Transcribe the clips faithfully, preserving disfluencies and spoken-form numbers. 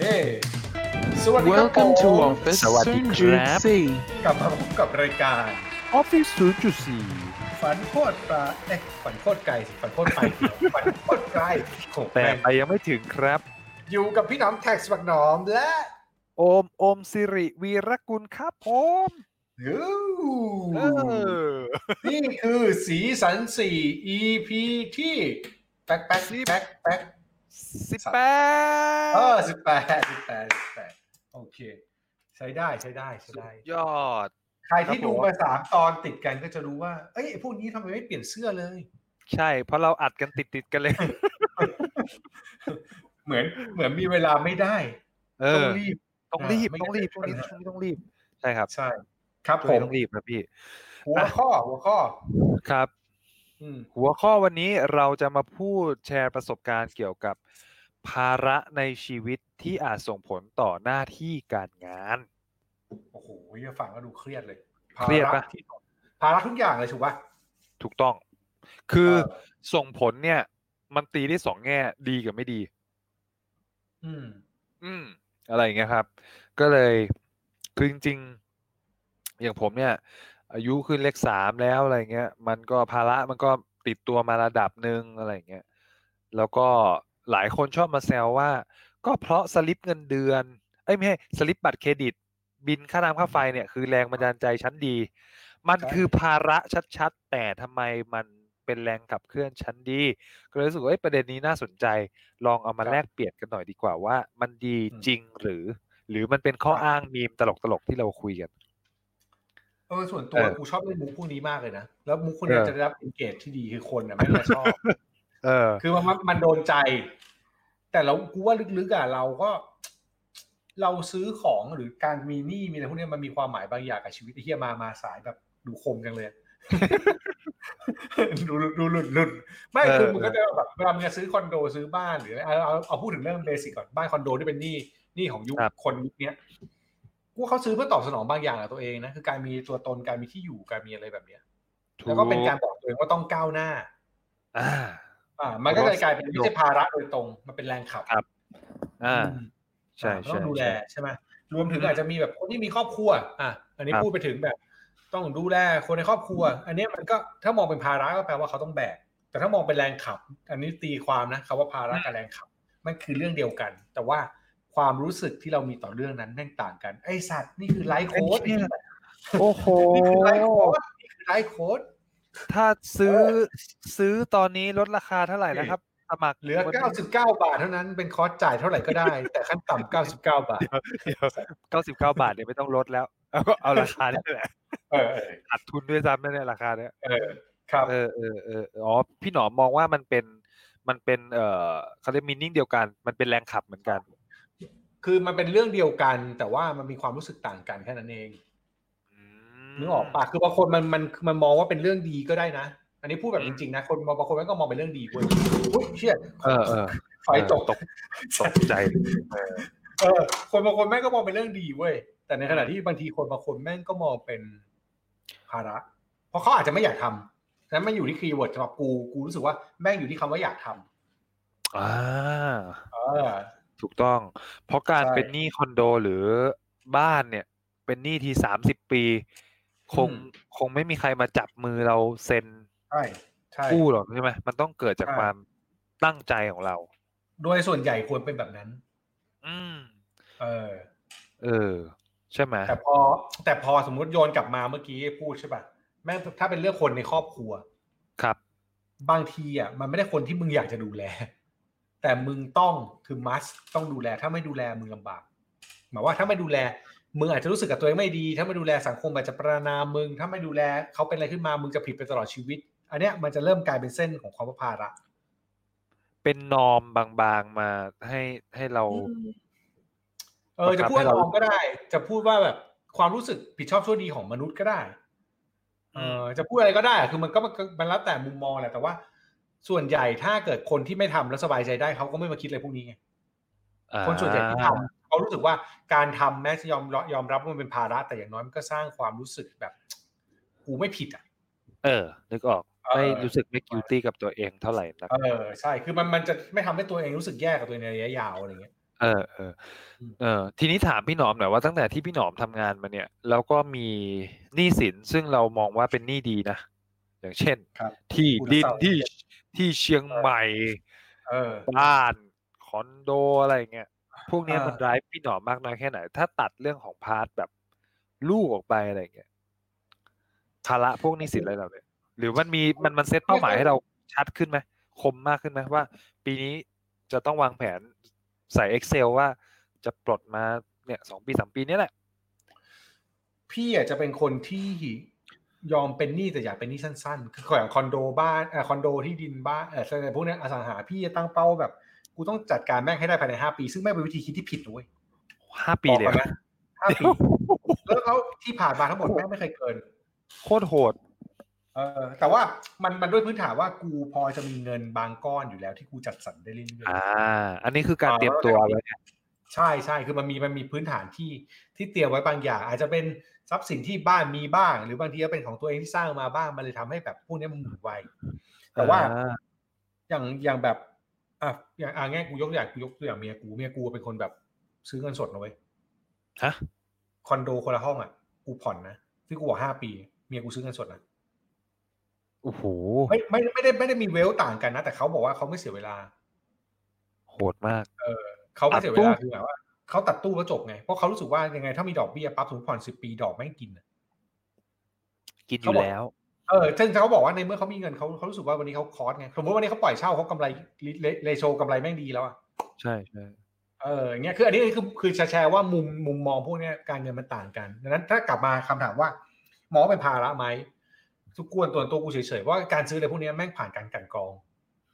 สวัสดีครับ Welcome to Office สวัสดีครับศูนย์จุดสี่กลับมาพบกับรายการ Office ศูนย์จุดสี่ฝันโคตรปลาเอ๊ะฝันโคตรไกลสิฝันโคตรไปฝันโคตรไกลของแต่แม่งไปยังไม่ถึงครับอยู่กับพี่หนอมแท็กสบักหนอมและโอมโอมสิริวีรกุลครับผมยูเออนี่คือสีสันสี่ อี พี ที่แป๊กแป๊กแป๊กแป๊กสิบแปดเออสิบแปดสิบแปดสิบแปดโอเคใช้ได้ใช้ได้ใช้ได้ยอดใครที่ดูมาสามตอนติดกันก็จะรู้ว่าเอ้ยพวกนี้ทำไมไม่เปลี่ยนเสื้อเลยใช่เพราะเราอัดกันติดติดกันเลยเหมือนเหมือนมีเวลาไม่ได้เอต้อองรีบต้องรีบไม่ต้องรีบงั้ช่วน งนี้จะช่วงนี้ต้องรีบใช่ครับใช่ครับช่ผวงมนี้ต้องรีบครับพี่หัวข้อหัวข้อครับอืมหัวข้อวันนี้เราจะมาพูดแชร์ประสบการณ์เกี่ยวกับภาระในชีวิตที่อาจส่งผลต่อหน้าที่การงานโอ้โหฟังแล้วดูเครียดเลยเครียดปะภาระทุกอย่างเลยถูกปะถูกต้อง คือเออส่งผลเนี่ย มันตีได้สองแง่ดีกับไม่ดีอืมอืม อะไรอย่างเงี้ยครับ ก็เลยคือจริงๆ อย่างผมเนี่ย อายุขึ้นเลขสามแล้วอะไรเงี้ย มันก็ภาระมันก็ติดตัวมาระดับหนึ่งอะไรอย่างเงี้ย แล้วก็หลายคนชอบมาแซวว่า ก็เพราะสลิปเงินเดือน เอ้ยไม่ใช่สลิปบัตรเครดิต บินค่าน้ำค่าไฟเนี่ยคือแรงบันดาลใจชั้นดี มันใช่คือภาระชัดๆ แต่ทำไมมันเป็นแรงขับเคลื่อนชั้นดี ก็เลยรู้สึกว่าเอ้ยประเด็นนี้น่าสนใจ ลองเอามาแลกเปลี่ยนกันหน่อยดีกว่าว่า มันดีจริงหรือ หรือมันเป็นข้ออ้างมีมตลกๆที่เราคุยกันเออส่วนตัวเออกูชอบเล่นมุกพวกนี้มากเลยนะแล้วมุกพวกนี้เออจะได้รับเอนเกจที่ดีคือคนอ่ะไม่มาชอบเออคือมันมันโดนใจ แต่เรากูว่าลึกๆอ่ะเราก็ เราซื้อของหรือการมีหนี้มีอะไรพวกนี้มันมีความหมายบางอย่างกับชีวิตไอ้เหี้ยมามาสายแบบดูคมจังเลย ดูดูหลุดหลุดไม่เออคือมึงก็จะแบบเวลามึงจะซื้อคอนโดซื้อบ้านหรืออะไรเอาเอาเอาพูดถึงเรื่องเบสิกก่อนบ้านคอนโดที่เป็นหนี้หนี้ของยุคครับคนยุคเนี้ยกูว่าเขาซื้อเพื่อตอบสนองบางอย่างกับตัวเองนะคือการมีตัวตนการมีที่อยู่การมีอะไรแบบเนี้ย แล้วก็เป็นการบอกตัวเองว่าต้องก้าวหน้าอ่าอ่า มันก็เลยกลายเป็นไม่ใช่ภาระโดยตรงมันเป็นแรงขับครับ อ่าอืมใช่อ่าต้ใช่องดูแลใช่ใช่ไหมรวมถึงอืมอาจจะมีแบบคนที่มีครอบครัว อ่ะอันนี้ครับพูดไปถึงแบบ ต้องดูแลคนในครอบครัว อันนี้มันก็ถ้ามองเป็นภาระก็แปลว่าเขาต้องแบก แต่ถ้ามองเป็นแรงขับ อันนี้ตีความนะคำว่าภาระกับแรงขับ มันคือเรื่องเดียวกัน แต่ว่าความรู้สึกที่เรามีต่อเรื่องนั้นแม่งต่างกันไอ้สัตว์นี่คือไลฟ์โค้ดไอ้เหี้ย โอ้โหนี่คือไลฟ์โค้ดนี่คือไลฟ์โค้ดถ้าซื้อซื้อตอนนี้ลดราคาเท่าไหร่นะครับ สมัครเหลือเก้าสิบเก้าบาทเท่านั้นเป็นคอร์สจ่ายเท่าไหร่ก็ได้ แต่ขั้นต่ำเก้าสิบเก้าบาทเดี๋ยวเดี๋ยวเก้าสิบเก้าบาทเนี่ยไม่ต้องลดแล้ว เอาก็เอาราคานี่แหละเออเออขาดทุนด้วยซ้ำนั่นแหละราคาเนี้ยเออครับเออเออเอออ๋อพี่หนอมมองว่ามันเป็นมันเป็นเอ่อเขาเรียกมีนิ่งเดียวกัน มันเป็นแรงขับเหมือนกันคือมันเป็นเรื่องเดียวกัน แต่ว่ามันมีความรู้สึกต่างกันแค่นั้นเองอืมนึกออกปะคือบางคนมันมันมันมองว่าเป็นเรื่องดีก็ได้นะ อันนี้พูดแบบจริงๆนะคนบางคนมันก็มองเป็นเรื่องดีเว้ยอุ๊ยเชี่ยเออเออไฟตกตกตกใจเออเออคนบางคนแม่งก็มองเป็นเรื่องดีเว้ยแต่ในขณะที่บางทีคนบางคนแม่งก็มองเป็นภาระ เพราะเขาอาจจะไม่อยากทำนั้นมันอยู่ที่คีย์เวิร์ดสำหรับกูกูรู้สึกว่าแม่งอยู่ที่คำว่าอยากทำอ่าเออถูกต้อง เพราะการใช่เป็นหนี้คอนโดหรือบ้านเนี่ย เป็นหนี้ทีสามสิบปี คงอืมคงไม่มีใครมาจับมือเราเซ็นใช่ใช่กู้หรอกใช่ไหมมันต้องเกิดจากใช่ความตั้งใจของเราโดยส่วนใหญ่ควรเป็นแบบนั้นอืมเออเออ ใช่ไหมแต่พอแต่พอสมมุติโยนกลับมาเมื่อกี้พูดใช่ป่ะแม่งถ้าเป็นเรื่องคนในครอบครัวครับบางทีอ่ะมันไม่ได้คนที่มึงอยากจะดูแล แต่มึงต้องคือ must ต้องดูแลถ้าไม่ดูแลมึงลำบากหมายว่าถ้าไม่ดูแลมึงอาจจะรู้สึกกับตัวเองไม่ดี ถ้าไม่ดูแลสังคมอาจจะประณามมึงถ้าไม่ดูแลเขาเป็นอะไรขึ้นมามึงจะผิดไปตลอดชีวิต อันเนี้ยมันจะเริ่มกลายเป็นเส้นของความว่าภาระเป็นนอมบางๆมาให้ให้เราเออจะพูดว่าลองก็ได้ จะพูดว่าแบบความรู้สึกผิดชอบชั่วดีของมนุษย์ก็ได้ เออจะพูดอะไรก็ได้คือมันก็มันแล้วแต่มุมมองแหละแต่ว่าส่วนใหญ่ถ้าเกิดคนที่ไม่ทำแล้วสบายใจได้เขาก็ไม่มาคิดอะไรพวกนี้ไงคนส่วนใหญ่ที่ทำเขารู้สึกว่าการทำแม้จะยอมยอมรับว่ามันเป็นภาระแต่อย่างน้อยมันก็สร้างความรู้สึกแบบกูไม่ผิดอ่ะเออนึกออกไม่รู้สึกไม่ guilty กับตัวเองเท่าไหร่นะเออใช่คือมันมันจะไม่ทำให้ตัวเองรู้สึกแย่กับตัวเองในระยะยาวอะไรเงี้ยเออเออเออทีนี้ถามพี่หนอมหน่อยว่าตั้งแต่ที่พี่หนอมทำงานมาเนี่ยแล้วก็มีหนี้สินซึ่งเรามองว่าเป็นหนี้ดีนะอย่างเช่นที่ดินที่ที่เชียงใหม่บ้านคอนโดอะไรเงี้ยพวกนี้มันไดรฟ์พี่หนอมมากน้อยแค่ไหนถ้าตัดเรื่องของพาร์ทแบบลูกออกไปอะไรเงี้ยภาระพวกหนี้สินอะไรเราเนี่ยหรือมันมีมันมันเซตเป้าหมายให้เราชัดขึ้นไหมคมมากขึ้นไหมว่าปีนี้จะต้องวางแผนใส่ Excel ว่าจะปลดมาเนี่ยสองปีสามปีนี้แหละพี่อาจจะเป็นคนที่ยอมเป็นหนี้แต่อยากเป็นหนี้สั้นๆคืออย่างคอนโดบ้านเออคอนโดที่ดินบ้านเอออะไรพวกนี้อสังหาพี่จะตั้งเป้าแบบกูต้องจัดการแม่งให้ได้ภายในห้าปีซึ่งแม่งเป็นวิธีคิดที่ผิดด้วยห้าปีเลยนะห้าปีแล้วเขาที่ผ่านมาทั้งหมดแม่งไม่เคยเกินโคตรโหดเออแต่ว่ามันมันด้วยพื้นฐานว่ากูพอจะมีเงินบางก้อนอยู่แล้วที่กูจัดสรรได้เรื่อยๆอ่าอันนี้คือการเตรียมตัวไว้เนี่ยใช่ใช่คือมันมีมันมีพื้นฐานที่ที่เตรียมไว้บางอย่างอาจจะเป็นทรัพย์สินที่บ้านมีบ้างหรือบางทีก็เป็นของตัวเองที่สร้างมาบ้างมันเลยทำให้แบบพวกนี้มันหมุนไวแต่ว่าอย่างอย่างแบบอ่ะอย่างอ่ะแง่กูยกตัวอย่างกูยกตัวอย่างเมียกูเมียกูเป็นคนแบบซื้อเงินสดนะเว้ยฮะคอนโดคนละห้องอ่ะกูผ่อนนะที่กูบอกห้าปีเมียกูซื้อเงินสดนะโอ้โหไม่ไม่ไม่ได้ไม่ได้มีเวลต่างกันนะแต่เขาบอกว่าเขาไม่เสียเวลาโหดมากเออเขาไม่เสียเวลาคือแบบว่าเขาตัดตู้แล้วจบไงเพราะเขารู้สึกว่ายังไงถ้ามีดอกเบี้ยปั๊บสมมติผ่อนสิบปีดอกไม่กินกินอยู่แล้วเออซึ่งเขาบอกว่าในเมื่อเขามีเงินเขาเขารู้สึกว่าวันนี้เขาคอร์สไงสมมติวันนี้เขาปล่อยเช่าเขากำไรเรโชกำไรแม่งดีแล้วอ่ะใช่ใช่เอออย่างเงี้ยคืออันนี้คือคือแชร์ว่ามุมมุมมองพวกนี้การเงินมันต่างกันดังนั้นถ้ากลับมาคำถามว่ามองเป็นภาระไหมทุกกวนตัวตัวกูเฉยๆว่าการซื้ออะไรพวกนี้แม่งผ่านการกลั่นกรอง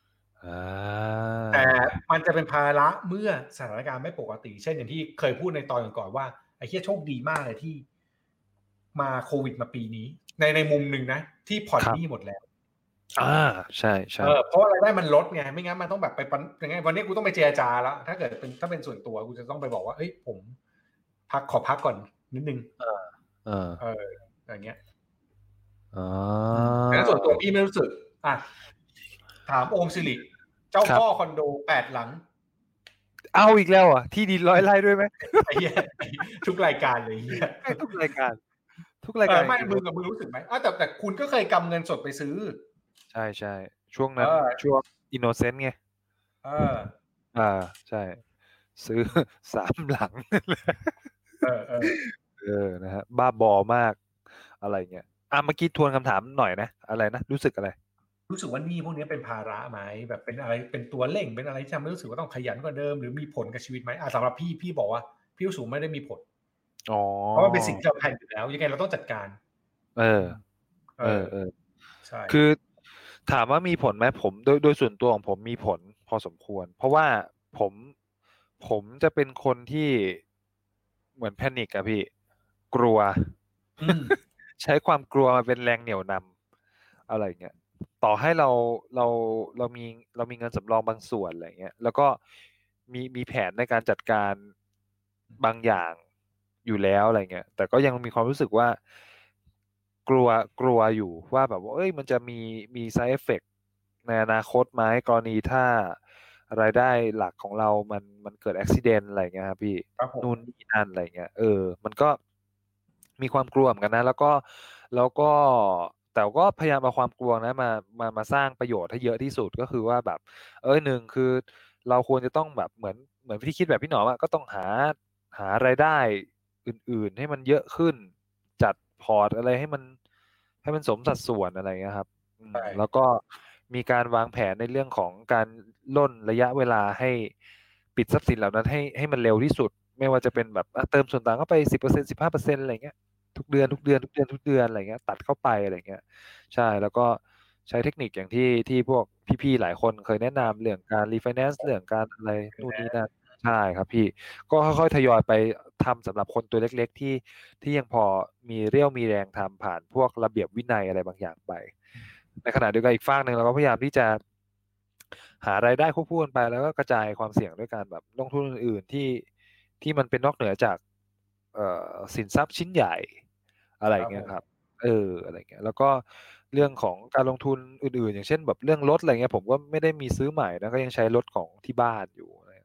แต่มันจะเป็นภาระเมื่อสถานการณ์ไม่ปกติเช่นอย่างที่เคยพูดในตอนก่อนว่าไอ้เหี้ยโชคดีมากเลยที่มาโควิดมาปีนี้ในในมุมหนึ่งนะที่ผ่อนหนี้หมดแล้วอ่าใช่ใช่เออเพราะรายได้มันลดไงไม่งั้นมันต้องแบบไปปันยังไงวันนี้กูต้องไปเจรจาแล้วถ้าเกิดเป็นถ้าเป็นส่วนตัวกูจะต้องไปบอกว่าเอ้ยผมพักขอพักก่อนนิดนึงเออเออเอออย่างเงี้ยอ๋อแต่ส่วนตัวพี่ไม่รู้สึกอ่ะถามโอมสิริเจ้าพ่อคอนโดแปดหลังเอาอีกแล้วอ่ะที่ดินร้อยไร่ด้วยไหมไอ้เหี้ยทุกรายการเลยเหี้ยทุกรายการทุกรายการไม่มึงกับมึงรู้สึกไหมอ่ะแต่แต่คุณก็เคยกำเงินสดไปซื้อใช่ใช่ช่วงนั้นช่วงอินโนเซนต์ไงเอออ่าใช่ซื้อสามหลังเออเออเออนะฮะบ้าบอมากอะไรเงี้ยอ่ะเมื่อกี้ทวนคำถามหน่อยนะอะไรนะรู้สึกอะไรรู้สึกว่านี่พวกนี้เป็นภาระไหมแบบเป็นอะไรเป็นตัวเร่งเป็นอะไรที่ทำให้รู้สึกว่าต้องขยันกว่าเดิมหรือมีผลกับชีวิตไหมอ่ะสำหรับพี่พี่บอกว่าพี่รู้สึกไม่ได้มีผลเพราะมันเป็นสิ่งที่เราแพลนอยู่แล้วยังไงเราต้องจัดการเออเออเออใช่คือถามว่ามีผลไหมผมโดยโดยส่วนตัวของผมมีผลพอสมควรเพราะว่าผมผมจะเป็นคนที่เหมือนแพนิคอะพี่กลัวใช้ความกลัวมาเป็นแรงเหนี่ยวนำอะไรเงี้ยต่อให้เราเราเรามีเรามีเงินสำรองบางส่วนอะไรเงี้ยแล้วก็มีมีแผนในการจัดการบางอย่างอยู่แล้วอะไรเงี้ยแต่ก็ยังมีความรู้สึกว่ากลัวกลัวอยู่ว่าแบบว่าเอ้ยมันจะมีมี side effect ในอนาคตไหมกรณีถ้ารายได้หลักของเรามันมันเกิดอุบัติเหตุอะไรเงี้ยครับพี่นู่นนี่นั่นอะไรเงี้ยเออมันก็มีความกลัวเหมือนกันนะแล้วก็แล้วก็แต่ก็พยายามเอาความกลัวนะมามามาสร้างประโยชน์ให้เยอะที่สุดก็คือว่าแบบเออหนึ่งคือเราควรจะต้องแบบเหมือนเหมือนที่คิดแบบพี่หนอมอะก็ต้องหาหารายได้อื่นๆให้มันเยอะขึ้นจัดพอร์ตอะไรให้มันให้มันสมสัดส่วนอะไรเงี้ยครับแล้วก็มีการวางแผนในเรื่องของการล่นระยะเวลาให้ปิดทรัพย์สินเหล่านั้นให้ให้มันเร็วที่สุดไม่ว่าจะเป็นแบบเติมส่วนต่างเข้าไปสิบเปอร์เซ็นต์สิบห้าเปอร์เซ็นต์อะไรเงี้ยทุกเดือนทุกเดือนทุกเดือนทุกเดือนอะไรเงี้ยตัดเข้าไปอะไรเงี้ยใช่แล้วก็ใช้เทคนิคอย่างที่ที่พวกพี่ๆหลายคนเคยแนะนำเรื่องการรีไฟแนนซ์เรื่องการอะไรนู่นนี่นั่นใช่ครับพี่ก็ค่อยๆทยอยไปทำสำหรับคนตัวเล็กๆที่ที่ยังพอมีเรี่ยวมีแรงทำผ่านพวกระเบียบวินัยอะไรบางอย่างไปในขณะเดียวกันอีกฝั่งหนึ่งเราก็พยายามที่จะหารายได้ควบคู่กันไปแล้วก็กระจายความเสี่ยงด้วยการแบบลงทุนอื่นๆที่ที่มันเป็นนอกเหนือจากเอ่อสินทรัพย์ชิ้นใหญ่อะไรเงี้ยครับเอออะไรเงี้ยแล้วก็เรื่องของการลงทุนอื่นๆอย่างเช่นแบบเรื่องรถอะไรเงี้ยผมก็ไม่ได้มีซื้อใหม่นะก็ยังใช้รถของที่บ้านอยู่ก็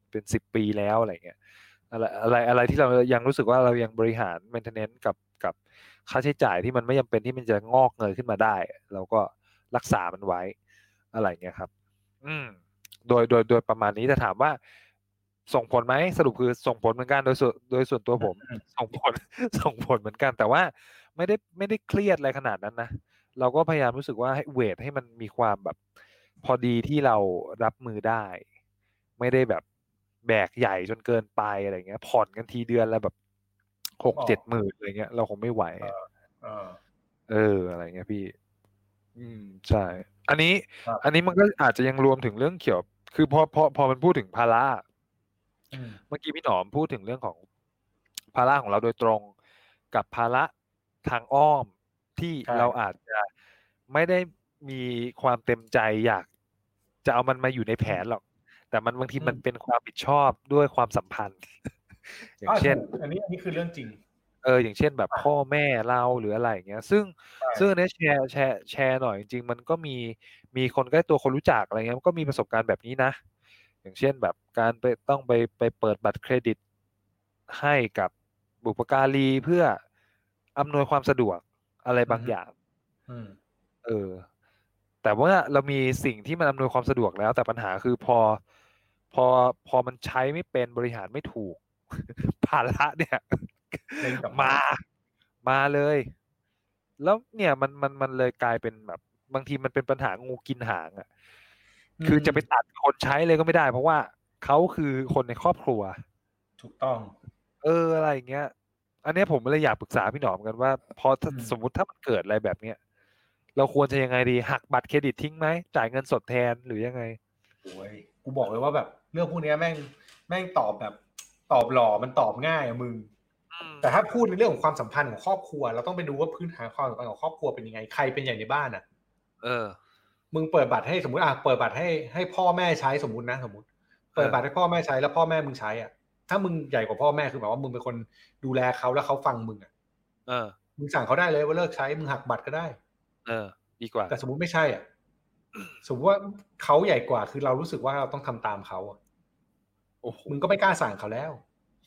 เป็นสิบปีแล้วอะไรเงี้ยอะไรอะไรอะไรที่เรายังรู้สึกว่าเรายังบริหาร maintenance กับกับค่าใช้จ่ายที่มันไม่จำเป็นที่มันจะงอกเงยขึ้นมาได้เราก็รักษามันไว้อะไรเงี้ยครับอืมโดยโดยโดยประมาณนี้แต่ถามว่าส่งผลไหมสรุปคือส่งผลเหมือนกันโดยส่วนโดยส่วนตัวผมส่งผลส่งผลเหมือนกันแต่ว่าไม่ได้ไม่ได้เครียดอะไรขนาดนั้นนะเราก็พยายามรู้สึกว่าให้เวทให้มันมีความแบบพอดีที่เรารับมือได้ไม่ได้แบบแบกใหญ่จนเกินไปอะไรเงี้ยผ่อนกันทีเดือนแล้วแบบหกเจ็ดหมื่นอะไรเงี้ยเราคงไม่ไหวเอออะไรเงี้ยพี่อืมใช่อันนี้อันนี้มันก็อาจจะยังรวมถึงเรื่องเกี่ยวคือพอพอพอมันพูดถึงภาระเมื่อกี้พี่หนอมพูดถึงเรื่องของภาระของเราโดยตรงกับภาระทางอ้อมที่เราอาจจะไม่ได้มีความเต็มใจอยากจะเอามันมาอยู่ในแผนหรอกแต่มันบางทีมันเป็นความผิดชอบด้วยความสัมพันธ์ อย่างเช่นอันนี้อันนี้คือเรื่องจริงเอออย่างเช่นแบบพ่อแม่เราหรืออะไรอย่างเงี้ยซึ่งซึ่งอันนี้แชร์แชร์แชร์หน่อยจริงๆมันก็มีมีคนใกล้ตัวคนรู้จักอะไรเงี้ยมันก็มีประสบการณ์แบบนี้นะอย่างเช่นแบบการไปต้องไปไปเปิดบัตรเครดิตให้กับบุพการีเพื่ออำนวยความสะดวกอะไรบางอย่างเออแต่ว่าเรามีสิ่งที่มันอำนวยความสะดวกแล้วแต่ปัญหาคือพอพอพอมันใช้ไม่เป็นบริหารไม่ถูกภาระเนี่ยมามาเลยแล้วเนี่ยมันมันมันเลยกลายเป็นแบบบางทีมันเป็นปัญหางูกินหางอ่ะคือจะไปตัดคนใช้เลยก็ไม่ได้เพราะว่าเขาคือคนในครอบครัวถูกต้องเอออะไรอย่างเงี้ยอันนี้ผมเลยอยากปรึกษาพี่หนอมกันว่าพอสมมุติถ้ามันเกิดอะไรแบบเนี้ยเราควรจะยังไงดีหักบัตรเครดิตทิ้งไหมจ่ายเงินสดแทนหรือยังไงโอ้ยกูบอกเลยว่าแบบเรื่องพวกนี้แม่งแม่งตอบแบบตอบหล่อมันตอบง่ายอะมึงแต่ถ้าพูดในเรื่องของความสัมพันธ์ของครอบครัวเราต้องไปดูว่าพื้นฐานความสัมพันธ์ของครอบครัวเป็นยังไงใครเป็นใหญ่ในบ้านอ่ะเออมึงเปิดบัตรให้สมมติอ่ะเปิดบัตรให้ให้พ่อแม่ใช้สมมตินะสมมติเปิดบัตรให้พ่อแม่ใช้แล้วพ่อแม่มึงใช้อ่ะถ้ามึงใหญ่กว่าพ่อแม่คือแบบว่ามึงเป็นคนดูแลเขาแล้วเขาฟังมึงอ่ะเออมึงสั่งเขาได้เลยว่าเลิกใช้มึงหักบัตรก็ได้เออดีกว่าแต่สมมติไม่ใช่อ่ะสมมติว่าเขาใหญ่กว่าคือเรารู้สึกว่าเราต้องทำตามเขาอ่ะโอ้โหมึงก็ไม่กล้าสั่งเขาแล้ว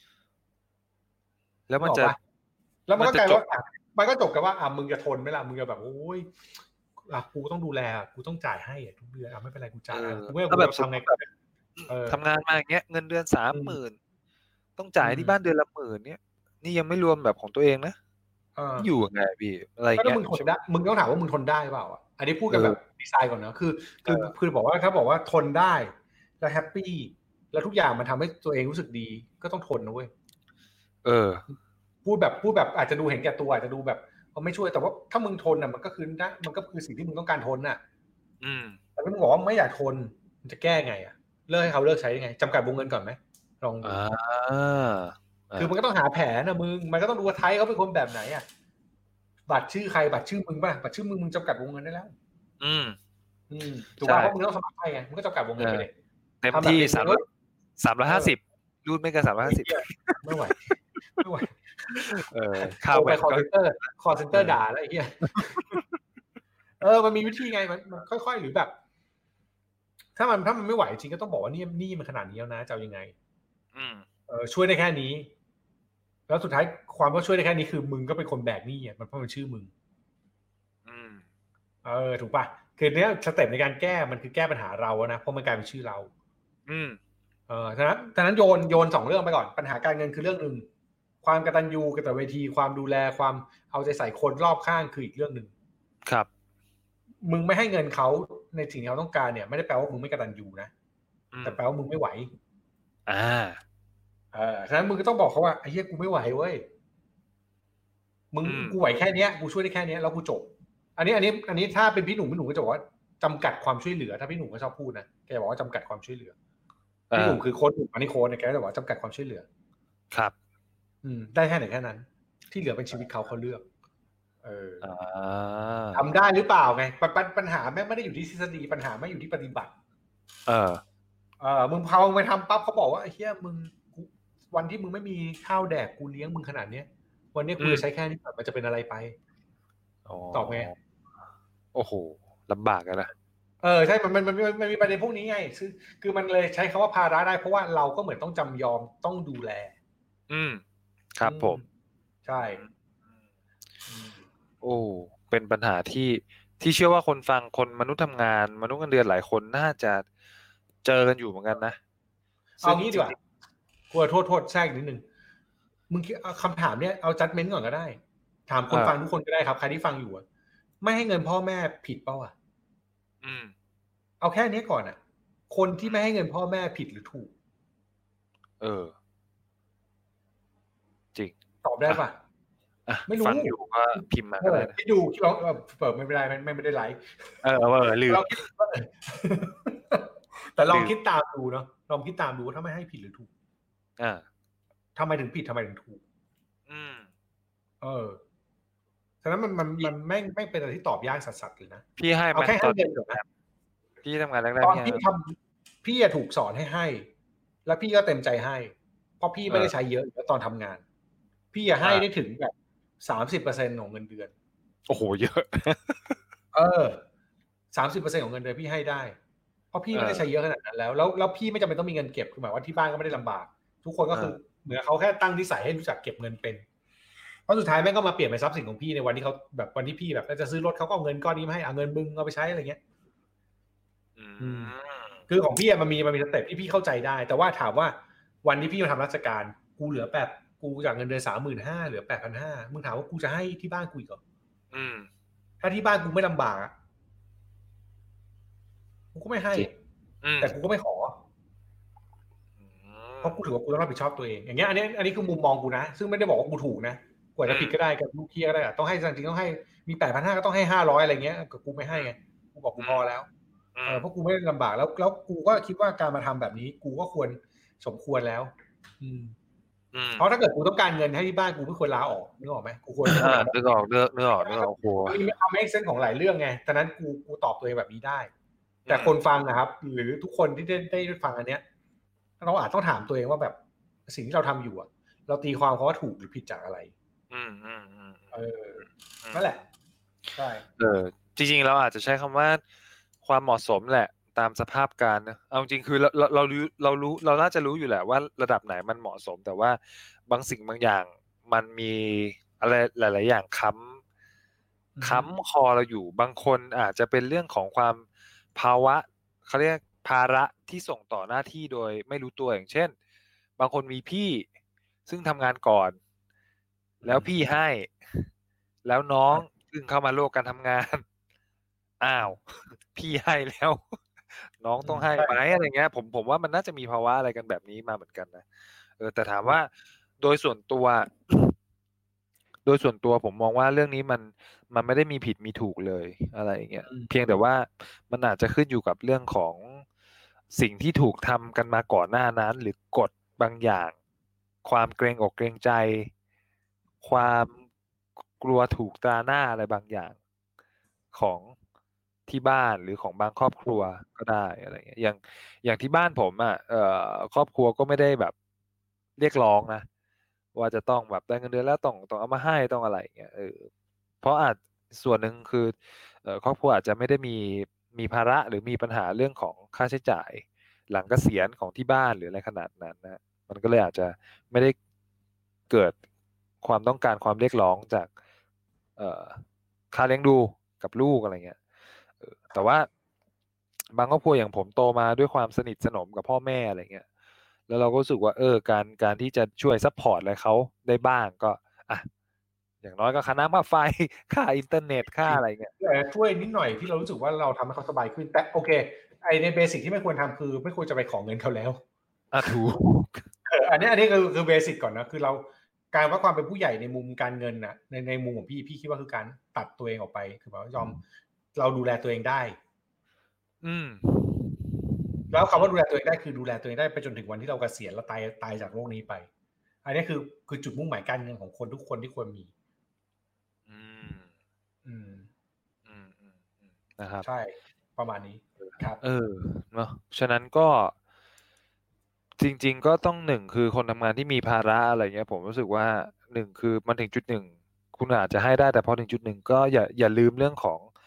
แล้วมันจะแล้วมันก็กลายว่ามันก็จบกันว่าอ่ะมึงจะทนไหมล่ะมึงจะแบบโอ้ยอ่ะกูต้องดูแลกูต้องจ่ายให้อ่ะทุกเดือนอ่ะไม่เป็นไรกูจ่ายกูไม่กูทำไงทำงานมาอย่างเงี้ยเงินเดือนสามหมื่นต้องจ่ายที่บ้านเดือนละหมื่นเนี้ยนี่ยังไม่รวมแบบของตัวเองนะอยู่ยังไงพี่อะไรเงี้ยมึงทนได้มึงต้องถามว่ามึงทนได้เปล่าอ่ะอันนี้พูดกันแบบดีไซน์ก่อนนะคือคือคือบอกว่าถ้าบอกว่าทนได้แล้วแฮปปี้แล้วทุกอย่างมันทำให้ตัวเองรู้สึกดีก็ต้องทนนะเว้ยเออพูดแบบพูดแบบอาจจะดูเห็นแก่ตัวอาจจะดูแบบเขาไม่ช่วยแต่ว่าถ้ามึงทนอ่ะมันก็คือได้มันก็คือสิ่งที่มึงต้องการทนน่ะอืมแต่ถ้ามึงบอกว่าไม่อยากทนมันจะแก้ไงอ่ะเลิกให้เขาเลิกใช้ยังไงจำกัดวงเงินก่อนไหมลองดูคือมันก็ต้องหาแผนนะมึงมันก็ต้องดูว่าไทยเขาเป็นคนแบบไหนอ่ะบัตรชื่อใครบัตรชื่อมึงป่ะบัตรชื่อมึงมึงจำกัดวงเงินได้แล้วอืมอืมถูกป่ะเพราะมึงต้องสมัครใครไงมึงก็จำกัดวงเงินไปเลยเต็มที่สามร้อยสามร้อยห้าสิบรูดไม่เกินสามร้อยห้าสิบไม่ไหวไม่ไหวเออข้าวไปคอลเซ็นเตอร์คอลเซ็นเตอร์ด่าอะไรอย่างเงี้ยเออมันมีวิธีไงมันมันค่อยๆหรือแบบถ้ามันถ้ามันไม่ไหวจริงก็ต้องบอกว่านี่นี่มันขนาดนี้แล้วนะจะเอายังไงอืมเออช่วยได้แค่นี้แล้วสุดท้ายความว่าช่วยได้แค่นี้คือมึงก็เป็นคนแบกหนี้อ่ะมันเพราะมันชื่อมึงอืมเออถูกป่ะคือเนี้ยสเต็ปในการแก้มันคือแก้ปัญหาเราอะนะเพราะมันกลายเป็นชื่อเราอืมเออฉะนั้นฉะนั้นโยนโยนสองเรื่องไปก่อนปัญหาการเงินคือเรื่องนึงความกตัญญูกตเวทีความดูแลความเอาใจใส่คนรอบข้างคืออีกเรื่องนึงครับมึงไม่ให้เงินเขาในสิ่งที่เขาต้องการเนี่ยไม่ได้แปลว่ามึงไม่กตัญญูนะแต่แปลว่ามึงไม่ไหวอ่าเออฉะนั้นมึงก็ต้องบอกเขาว่าไอ้เหี้ยกูไม่ไหวเว้ยมึงกูไหวแค่เนี้ยกูช่วยได้แค่เนี้ยแล้วกูจบอันนี้อันนี้อันนี้ถ้าเป็นพี่หนุ่มพี่หนุ่มก็จะบอกว่าจำกัดความช่วยเหลือถ้าพี่หนุ่มก็ชอบพูดนะแกบอกว่าจำกัดความช่วยเหลือพี่หนุ่มคือโค้ชอันนี้โค้ชเนี่ยแกจะบอกว่าจำกัดความช่วยเหลือครับอืมได้แค่ไหนแค่นั้นที่เหลือเป็นชีวิตเขาเขาเลือกเออทำได้หรือเปล่าไงปัญหาแม่ไม่ได้อยู่ที่ทฤษฎีปัญหาไม่อยู่ที่ปฏิบัติเออเออมึงพามึงไปทำปั๊บเขาบอกว่าไอ้เหี้ยมึงวันที่มึงไม่มีข้าวแดกกูเลี้ยงมึงขนาดเนี้ยวันนี้กูจะใช้แค่นี้มันจะเป็นอะไรไปตอบไงโอ้โหลำบากกันนะเออใช่มันมันมันมันมีประเด็นพวกนี้ไงคือคือมันเลยใช้คำว่าภาระได้เพราะว่าเราก็เหมือนต้องจำยอมต้องดูแลอืมครับผมใช่โอ้เป็นปัญหาที่ที่เชื่อว่าคนฟังคนมนุษย์ทำงานมนุษย์เงินเดือนหลายคนน่าจะเจอกันอยู่เหมือนกันนะเอางี้ดีกว่ากลัวโทษโทษแทรกนิดนึงมึงคำถามเนี้ยเอาจัดเม้นต์ก่อนก็ได้ถามคนฟังทุกคนก็ได้ครับใครที่ฟังอยู่อะไม่ให้เงินพ่อแม่ผิดเปล่าอ่ะอืมเอาแค่นี้ก่อนอ่ะคนที่ไม่ให้เงินพ่อแม่ผิดหรือถูกเออจริงตอบได้ป่ะไม่รู้ฟังอยู่ก็พิมพ์มาก็ได้นะที่ดูที่ลองเปิดไม่เป็นไรไม่ไม่ได้ไลฟ์เออเออลืมแต่ลองคิดตามดูเนาะลองคิดตามดูว่าถ้าไม่ให้ผิดหรือถูกอ่าทำไมถึงผิดทำไมถึงถูกอืมเออฉะนั้นมันมันมันแม่งไม่เป็นอะไรที่ตอบยากสัสๆเลยนะพี่ให้เอาแค่ให้เงินก่อนนะพี่ทำงานแรกๆตอนพี่ทำพี่จะถูกสอนให้ให้แล้วพี่ก็เต็มใจให้เพราะพี่ไม่ได้ใช้เยอะแล้วตอนทำงานพี่จะให้ได้ถึงแบบสามสิบเปอร์เซ็นต์ของเงินเดือนโอ้โหเยอะเออสามสิบเปอร์เซ็นต์ของเงินเดือนพี่ให้ได้เพราะพี่ไม่ได้ใช้เยอะขนาดนั้นแล้วแล้วแล้วพี่ไม่จำเป็นต้องมีเงินเก็บคือหมายว่าที่บ้านก็ไม่ได้ลำบากทุกคนก็คือเหมือนเขาแค่ตั้งนิสัยให้รู้จักเก็บเงินเป็นเพราะสุดท้ายแม่งก็มาเปลี่ยนเป็นทรัพย์สินของพี่ในวันที่เขาแบบวันที่พี่แบบจะซื้อรถเขาก็เอาเงินก้อนนี้มาให้เอาเงินมึงเอาไปใช้อะไรเงี้ยคือของพี่มันมีมันมีสเต็ปที่พี่เข้าใจได้แต่ว่าถามว่าวันที่พี่มาทำราชการกูเหลือแบบกูจากเงินเดือนสามหมื่นห้าเหลือแปดพันห้ามึงถามว่ากูจะให้ที่บ้านกูอีกเหรอถ้าที่บ้านกูไม่ลำบากอะกูก็ไม่ให้แต่กูก็ไม่ขอเพราะกูถือว่ากูต้องรับผิดชอบตัวเองอย่างเงี้ยอันนี้อันนี้คือมุมมองกูนะซึ่งไม่ได้บอกว่ากูถูกนะกว่าจะผิดก็ได้กับลูกพี่ก็ได้ต้องให้จริงๆต้องให้มีแปดพันห้าก็ต้องให้ห้าร้อยอะไรเงี้ยกับกูไม่ให้ไงกูบอกกูพอแล้วเออเพราะกูไม่ได้ลำบากแล้วแล้วกูก็คิดว่าการมาทำแบบนี้กูก็ควรสมควรแล้วอืมเพราะถ้าเกิดกูต้องการเงินให้ที่บ้านกูไม่ควรลาออกนึกออกไหมกูควรนึกออกนึกออกนึกออกนึกออกโอ้โหมีความเมคเซนส์ของหลายเรื่องไงฉะนั้นกูกูตอบตัวเองแบบนี้ได้แต่คนฟังนะครับหรือทุกคนที่ได้ได้ฟังอันเนี้ยเราอาจต้องถามตัวเองว่าแบบสิ่งที่เราทำอยู่อ่ะเราตีความเขาว่าถูกหรือผิดจากอะไรอืมอืมอืมเออนั่นแหละใช่เออจริงๆเราอาจจะใช้คำว่าความเหมาะสมแหละตามสภาพการนะเอาจริงคือเราเราเรารู้เรารู้เราน่าจะรู้อยู่แหละว่าระดับไหนมันเหมาะสมแต่ว่าบางสิ่งบางอย่างมันมีอะไรหลายๆอย่างค้ำค้ำคอเราอยู่บางคนอาจจะเป็นเรื่องของความภาวะเขาเรียกภาระที่ส่งต่อหน้าที่โดยไม่รู้ตัวอย่างเช่นบางคนมีพี่ซึ่งทำงานก่อนแล้วพี่ให้แล้วน้องซึ่งเข้ามาโลกการทำงานอ้าวพี่ให้แล้วน้องต้องให้ไหมอะไรเงี้ยผมผมว่ามันน่าจะมีภาวะอะไรกันแบบนี้มาเหมือนกันนะเออแต่ถามว่าโดยส่วนตัวโดยส่วนตัวผมมองว่าเรื่องนี้มันมันไม่ได้มีผิดมีถูกเลยอะไรอย่างเงี้ยเพียงแต่ว่ามันอาจจะขึ้นอยู่กับเรื่องของสิ่งที่ถูกทำกันมาก่อนหน้านั้นหรือกฎบางอย่างความเกรงอกเกรงใจความกลัวถูกตราหน้าอะไรบางอย่างของที่บ้านหรือของบางครอบครัวก็ได้อะไรเงี้ยอย่างอย่างที่บ้านผมอ่ะเอ่อครอบครัวก็ไม่ได้แบบเรียกร้องนะว่าจะต้องแบบได้เงินเดือนแล้วต้องต้องเอามาให้ต้องอะไรเงี้ยเออเพราะอาจส่วนหนึ่งคือเอ่อครอบครัวอาจจะไม่ได้มีมีภาระหรือมีปัญหาเรื่องของค่าใช้จ่ายหลังเกษียณของที่บ้านหรืออะไรขนาดนั้นนะมันก็เลยอาจจะไม่ได้เกิดความต้องการความเรียกร้องจากเอ่อค่าเลี้ยงดูกับลูกอะไรเงี้ยแต่ว่าบางครอบครัวอย่างผมโตมาด้วยความสนิทสนมกับพ่อแม่อะไรเงี้ยแล้วเราก็รู้สึกว่าเออการการที่จะช่วยซัพพอร์ตอะไรเขาได้บ้างก็อ่ะอย่างน้อยก็ค่าน้ำค่าไฟค่าอินเทอร์เน็ตค่าอะไรเงี้ยช่วยนิดหน่อยที่เรารู้สึกว่าเราทำให้เขาสบายขึ้นแต่โอเคไอในเบสิกที่ไม่ควรทำคือไม่ควรจะไปขอเงินเขาแล้วอ่ะถูกเอออันนี้อันนี้คือคือเบสิกก่อนนะคือเราการว่าความเป็นผู้ใหญ่ในมุมการเงินน่ะในในมุมของพี่พี่คิดว่าคือการตัดตัวเองออกไปคือแบบว่ายอมเราดูแลตัวเองได้อืมแล้วคำว่าดูแลตัวเองได้คือดูแลตัวเองได้ไปจนถึงวันที่เราเกษียณแล้วตายตายจากโลกนี้ไปอันนี้คือคือจุดมุ่งหมายการเงินของคนทุกคนที่ควรมีอืมอืมอืมอืมนะครับใช่ประมาณนี้ครับเออเนาะฉะนั้นก็จริงๆก็ต้องหนึ่งคือคนทำงานที่มีภาระอะไรเงี้ยผมรู้สึกว่าหนึ่งคือมันถึงจุดหนึ่งคุณอาจจะให้ได้แต่พอถึงจุดหนึ่งก็อย่าอย่าลืมเรื่องของ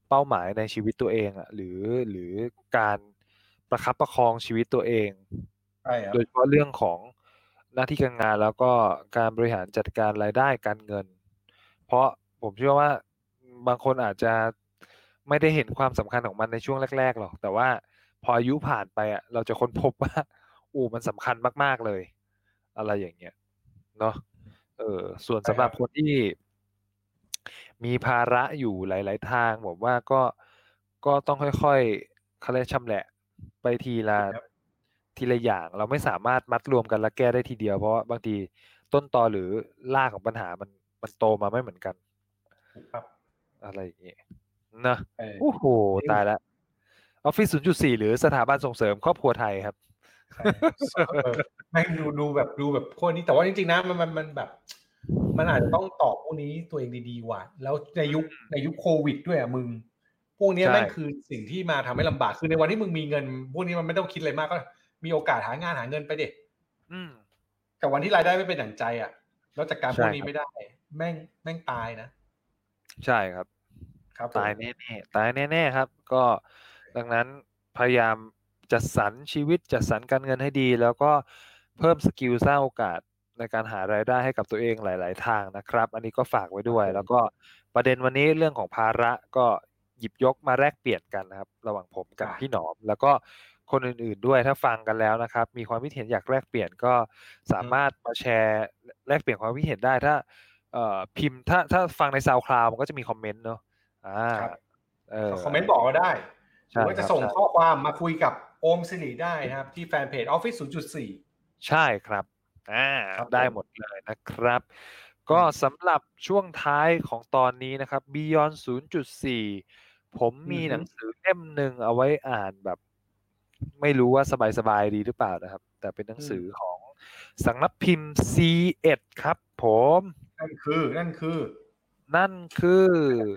เป้าหมายในชีวิตตัวเองอ่ะหรือหรือการประคับประคองชีวิตตัวเองใช่ครับโดยเฉพาะเรื่องของหน้าที่การงานแล้วก็การบริหารจัดการรายได้การเงิน เพราะผมเชื่อว่าบางคนอาจจะไม่ได้เห็นความสำคัญของมันในช่วงแรกๆหรอกแต่ว่าพออายุผ่านไปอ่ะเราจะค้นพบว่าอู้มันสำคัญมากๆเลยอะไรอย่างเงี้ยเนาะเออส่วนสำหรับคนที่มีภาระอยู่หลายๆทางผมว่าก็ก็ต้องค่อยๆเขาเรียกชำแหละไปทีละทีละอย่างเราไม่สามารถมัดรวมกันแล้วแก้ได้ทีเดียวเพราะว่าบางทีต้นตอหรือรากของปัญหามันมันโตมาไม่เหมือนกันครับอะไรอย่างเงี้ยนะเออโอ้โหตายแล้วออฟฟิศ ศูนย์จุดสี่ หรือสถาบันส่งเสริมครอบครัวไทยครับใช่เออแม่งดูดูแบบดูแบบพวกนี้แต่ว่าจริงๆนะมันมันมันแบบ มันอาจจะต้องตอบพวกนี้ตัวเองดีๆว่ะแล้วในยุคในยุคโควิดด้วยอ่ะมึงพวกนี้ใช่แม่งคือสิ่งที่มาทำให้ลำบากคือในวันที่มึงมีเงิน พวกนี้มันไม่ต้องคิดอะไรมากก็มีโอกาสหางานหาเงินไปเด็กอืมแต่วันที่รายได้ไม่เป็นอย่างใจอ่ะแล้วจัดการพวกนี้ใช่ครับไม่ได้ แม่งแม่งตายนะใช่ครับครับผมตายแน่ๆตายแน่ๆครับ ก็ดังนั้นพยายามจัดสรรชีวิตจัดสรรการเงินให้ดี แล้วก็เพิ่มสกิลสร้างโอกาสในการหารายได้ให้กับตัวเองหลาย ๆ ทางนะครับ อันนี้ก็ฝากไว้ด้วย แล้วก็ประเด็นวันนี้เรื่องของภาระก็หยิบยกมาแลกเปลี่ยนกันนะครับ ระหว่างผมกับจ้ะพี่หนอม แล้วก็คนอื่นๆด้วยถ้าฟังกันแล้วนะครับ มีความคิดเห็นอยากแลกเปลี่ยนก็สามารถมาแชร์แลกเปลี่ยนความคิดเห็นได้ถ้าเอ่อพิมพ์ถ้าถ้าฟังใน SoundCloud มันก็จะมีคอมเมนต์เนาะอ่าครับเออคอมเมนต์บอกเราได้หใช่รือว่าจะครับส่งใช่ข้อความมาคุยกับโอมสิริได้นะครับ ที่แฟนเพจ Office ศูนย์จุดสี่ใช่ครับอ่าครับได้ผมหมดเลยนะครับ ก็สำหรับช่วงท้ายของตอนนี้นะครับ Beyond ศูนย์จุดสี่ ผมมีอือฮึหนังสือเล่มหนึ่งเอาไว้อ่านแบบ ไม่รู้ว่าสบายๆดีหรือเปล่านะครับ แต่เป็นหนังสือของสำนักพิมพ์ ซี เอ็ด ครับผมนั่นคือนั่นคือนั่นคือก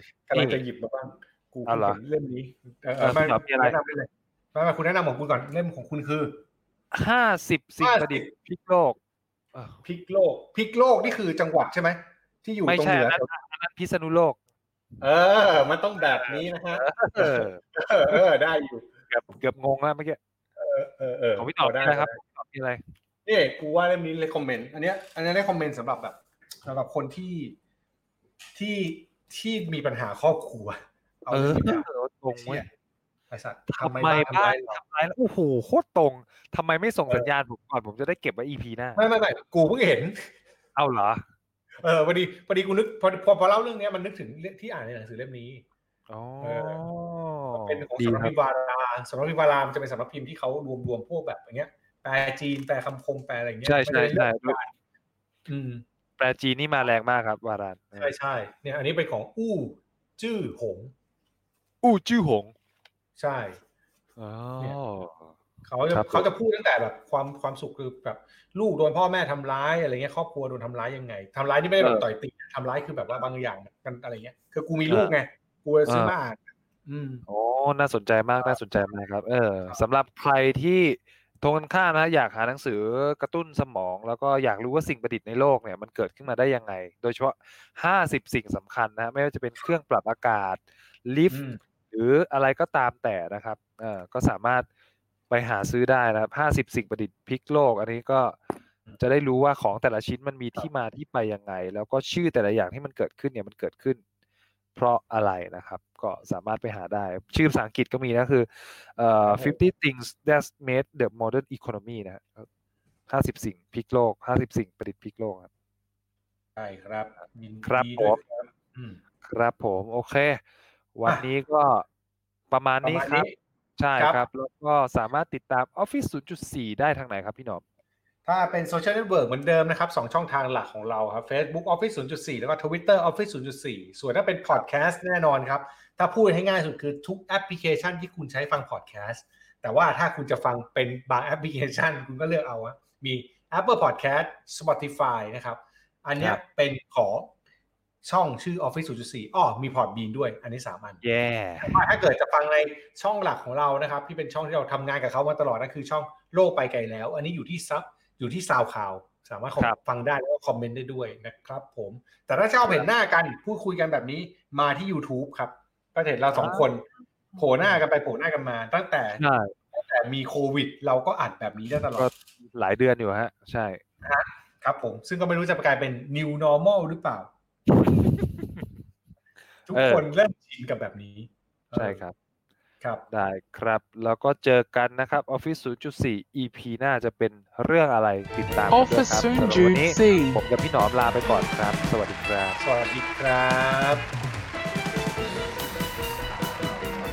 ำลังนี่จะหยิบมาบ้างกูอ๋อเหรอเห็นเล่มนี้เออเออมาพี่หนอมมีอะไรแนะนำได้เลยมาคุณแนะนำของคุณก่อนเล่มของคุณคือห้าสิบ สิ่งห้าสิบประดิษฐ์พลิกโลกเออพลิกโลกพลิกโลกนี่คือจังหวัดใช่ไหมที่อยู่ไม่ตรงใช่เหนือัอนนั้นอันนั้นพิษณุโลกเออ มันต้องแบบนี้นะฮะเออเออเออได้อยู่เกือบเกือบงงแล้วเมื่อกี้เออเออเออของพี่ตอบได้มีอะไรครับได้พี่ตอบมีอะไรนี่กูว่าเล่มนี้เลยคอมเมนต์อันเนี้ยอันนี้ได้คอมเมนต์สำหรับแบบสำหรับคนที่ที่ที่มีปัญหาครอบครัวเอาเออเรื่องนี้ตรงเว้ยไอ้สัตว์ทำไมบ้านทำไมโอ้โหโคตรตรงทำไมไม่ส่งสัญญาณผมก่อนผมจะได้เก็บไว้ อี พี หน้าไม่ไม่ไม่กูเพิ่งเห็นเอาเหรอเออพอดีพอดีกูนึกพอพอพอเล่าเรื่องนี้มันนึกถึงที่อ่านในหนังสือเล่มนี้อ๋อเป็นของดีสำนักครัพิบมพ์วาราสำนักพิมพ์วารามันจะเป็นสำนักพิมพ์ที่เขารวมรวมพวกแบบอย่างเงี้ยแปลจีนแปลคำคมแปลอะไรเงี้ยใช่ใช่ใช่อืมแปลจีนนี่มาแรงมากครับวารานใช่ใช่เนี่ยอันนี้เป็นของอู้จื้อหงอู้จื้อหงใช่อ๋อเขาจะเขาจะพูดตั้งแต่แบบความความสุขคือแบบลูกโดนพ่อแม่ทำร้ายอะไรเงี้ยครอบครัวโดนทำร้ายยังไงทำร้ายนี่ไม่ได้แบบต่อยตีทำร้ายคือแบบว่าบางอย่างกันอะไรเงี้ยคือกูมีลูกไงกูซื้อมาอ่านอืมโอ้น่าสนใจมากน่าสนใจมากครับ เออสำหรับใครที่ตรงกันข้ามนะอยากหาหนังสือกระตุ้นสมอง แล้วก็อยากรู้ว่าสิ่งประดิษฐ์ในโลกเนี่ยมันเกิดขึ้นมาได้ยังไง โดยเฉพาะห้าสิบสิ่งสำคัญนะไม่ว่าจะเป็นเครื่องปรับอากาศลิฟต์หรืออะไรก็ตามแต่นะครับเออก็สามารถไปหาซื้อได้นะครับห้าสิบสิ่งประดิษฐ์พลิกโลก อันนี้ก็จะได้รู้ว่าของแต่ละชิ้นมันมีที่มาที่ไปยังไง แล้วก็ชื่อแต่ละอย่างที่มันเกิดขึ้นเนี่ยมันเกิดขึ้น เพราะอะไรนะครับก็สามารถไปหาได้ชื่อภาษาอังกฤษก็มีนะคือเอ่อfifty things that made the modern economy นะห้าสิบสิ่งพลิกโลกห้าสิบสิ่งประดิษฐ์พลิกโลกครับใช่ครับครับผมครับผมโอเควันนี้ก็ประมาณนี้ครับใช่ครับแล้วก็สามารถติดตาม Office ศูนย์จุดสี่ ได้ทางไหนครับพี่หนอมถ้าเป็นโซเชียลเน็ตเวิร์กเหมือนเดิมนะครับสองช่องทางหลักของเราครับ Facebook Office ศูนย์จุดสี่ แล้วก็ Twitter Office ศูนย์จุดสี่ ส่วนถ้าเป็นพอดแคสต์แน่นอนครับถ้าพูดให้ง่ายสุดคือทุกแอปพลิเคชันที่คุณใช้ฟังพอดแคสต์แต่ว่าถ้าคุณจะฟังเป็นบางแอปพลิเคชันคุณก็เลือกเอาอะมี Apple Podcast Spotify นะครับอันนี้เป็นของช่องชื่อ Office ศูนย์จุดสี่ อ้อมี Podbean ด้วยอันนี้สามอัน yeah. ถ้าเกิดจะฟังในช่องหลักของเรานะครับที่เป็นช่องที่เราทำงานกับเขามาตลอดนั่นคือช่องโลกไปไกลแล้วอันนี้อยู่ที่ซับอยู่ที่ SoundCloud สามารถฟังได้แล้วก็คอมเมนต์ได้ด้วยนะครับผมแต่ถ้าชอบเห็นหน้ากันพูดคุยกันแบบนี้มาที่ YouTube ครับก็เห็นเราสองคนโผล่หน้ากันไปโผล่หน้ากันมาตั้งแต่ตั้งแต่มีโควิดเราก็อัดแบบนี้ได้ตลอดก็หลายเดือนอยู่ฮะใช่ครับผมซึ่งก็ไม่รู้จะกลายเป็น new normal หรือเปล่า ทุกคนเริ่มชินกับแบบนี้ใช่ครับครับได้ครับแล้วก็เจอกันนะครับ Office ศูนย์จุดสี่ อี พี หน้าจะเป็นเรื่องอะไรติดตามกันด้วยครับสำหรับวันนี้ผมกับพี่หนอมลาไปก่อนครับสวัสดีครับสวัสดีครับ